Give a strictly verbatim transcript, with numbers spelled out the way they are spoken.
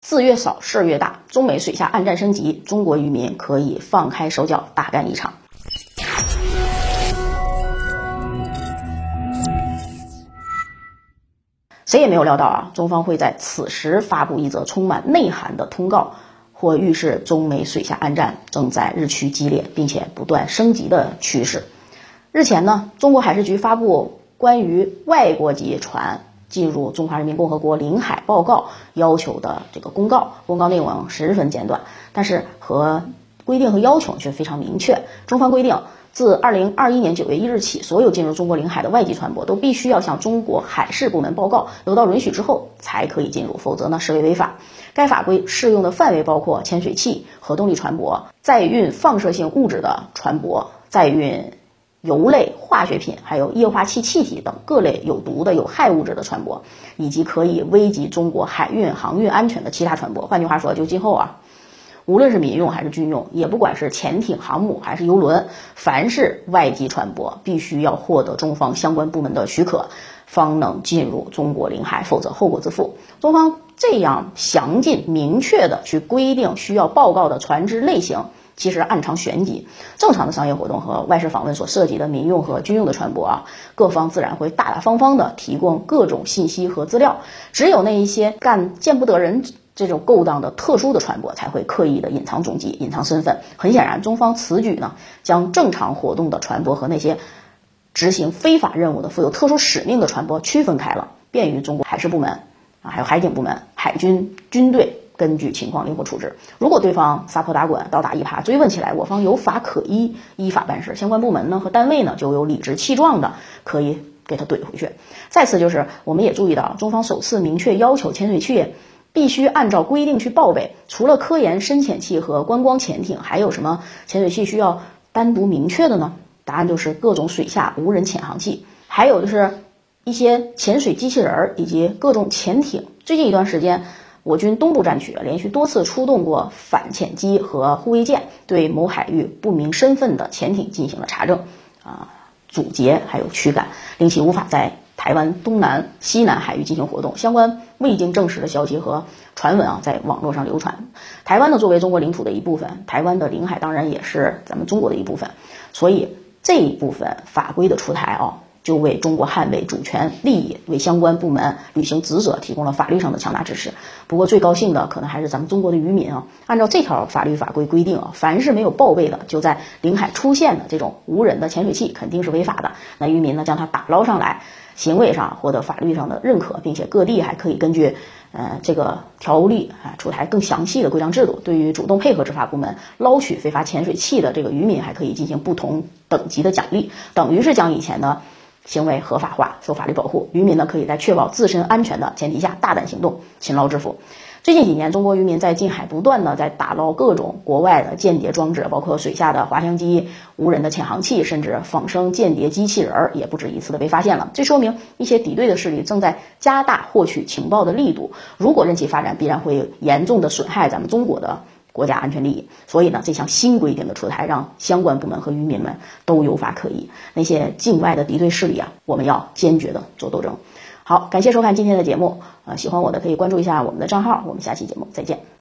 字越少事儿越大，中美水下暗战升级，中国渔民可以放开手脚大干一场。谁也没有料到啊，中方会在此时发布一则充满内涵的通告，或预示中美水下暗战正在日趋激烈并且不断升级的趋势。日前呢，中国海事局发布关于外国籍船进入中华人民共和国领海报告要求的这个公告，公告内容十分简短，但是和规定和要求却非常明确。中方规定，自二零二一年九月一日起，所有进入中国领海的外籍船舶都必须要向中国海事部门报告，得到允许之后才可以进入，否则呢视为违法。该法规适用的范围包括潜水器、核动力船舶、载运放射性物质的船舶、载运油类、化学品，还有液化气气体等各类有毒的有害物质的船舶，以及可以危及中国海运航运安全的其他船舶。换句话说，就今后啊，无论是民用还是军用，也不管是潜艇、航母还是油轮，凡是外籍船舶必须要获得中方相关部门的许可，方能进入中国领海，否则后果自负。中方这样详尽明确的去规定需要报告的船只类型，其实暗藏玄机。正常的商业活动和外事访问所涉及的民用和军用的船舶啊，各方自然会大大方方的提供各种信息和资料，只有那一些干见不得人这种勾当的特殊的船舶才会刻意的隐藏踪迹、隐藏身份。很显然，中方此举呢，将正常活动的船舶和那些执行非法任务的负有特殊使命的船舶区分开了，便于中国海事部门啊，还有海警部门、海军军队根据情况灵活处置。如果对方撒泼打滚、倒打一耙，追问起来我方有法可依，依法办事，相关部门呢和单位呢就有理直气壮的可以给他怼回去。再次就是我们也注意到，中方首次明确要求潜水器必须按照规定去报备，除了科研深潜器和观光潜艇，还有什么潜水器需要单独明确的呢？答案就是各种水下无人潜航器，还有就是一些潜水机器人以及各种潜艇。最近一段时间，我军东部战区连续多次出动过反潜机和护卫舰，对某海域不明身份的潜艇进行了查证、啊、阻截还有驱赶，令其无法在台湾东南、西南海域进行活动。相关未经证实的消息和传闻啊，在网络上流传。台湾呢，作为中国领土的一部分，台湾的领海当然也是咱们中国的一部分，所以这一部分法规的出台啊，就为中国捍卫主权利益、为相关部门履行职责提供了法律上的强大支持。不过最高兴的可能还是咱们中国的渔民啊，按照这条法律法规规定啊，凡是没有报备的就在领海出现的这种无人的潜水器肯定是违法的。那渔民呢，将它打捞上来，行为上获得法律上的认可，并且各地还可以根据呃这个条例啊出台更详细的规章制度。对于主动配合执法部门捞取非法潜水器的这个渔民，还可以进行不同等级的奖励，等于是将以前的行为合法化，受法律保护。渔民呢，可以在确保自身安全的前提下大胆行动，勤劳致富。最近几年，中国渔民在近海不断的在打捞各种国外的间谍装置，包括水下的滑翔机、无人的潜航器，甚至仿生间谍机器人，也不止一次的被发现了。这说明一些敌对的势力正在加大获取情报的力度，如果任其发展，必然会严重的损害咱们中国的国家安全利益。所以呢，这项新规定的出台，让相关部门和渔民们都有法可依。那些境外的敌对势力啊，我们要坚决的做斗争。好，感谢收看今天的节目，呃，喜欢我的可以关注一下我们的账号，我们下期节目再见。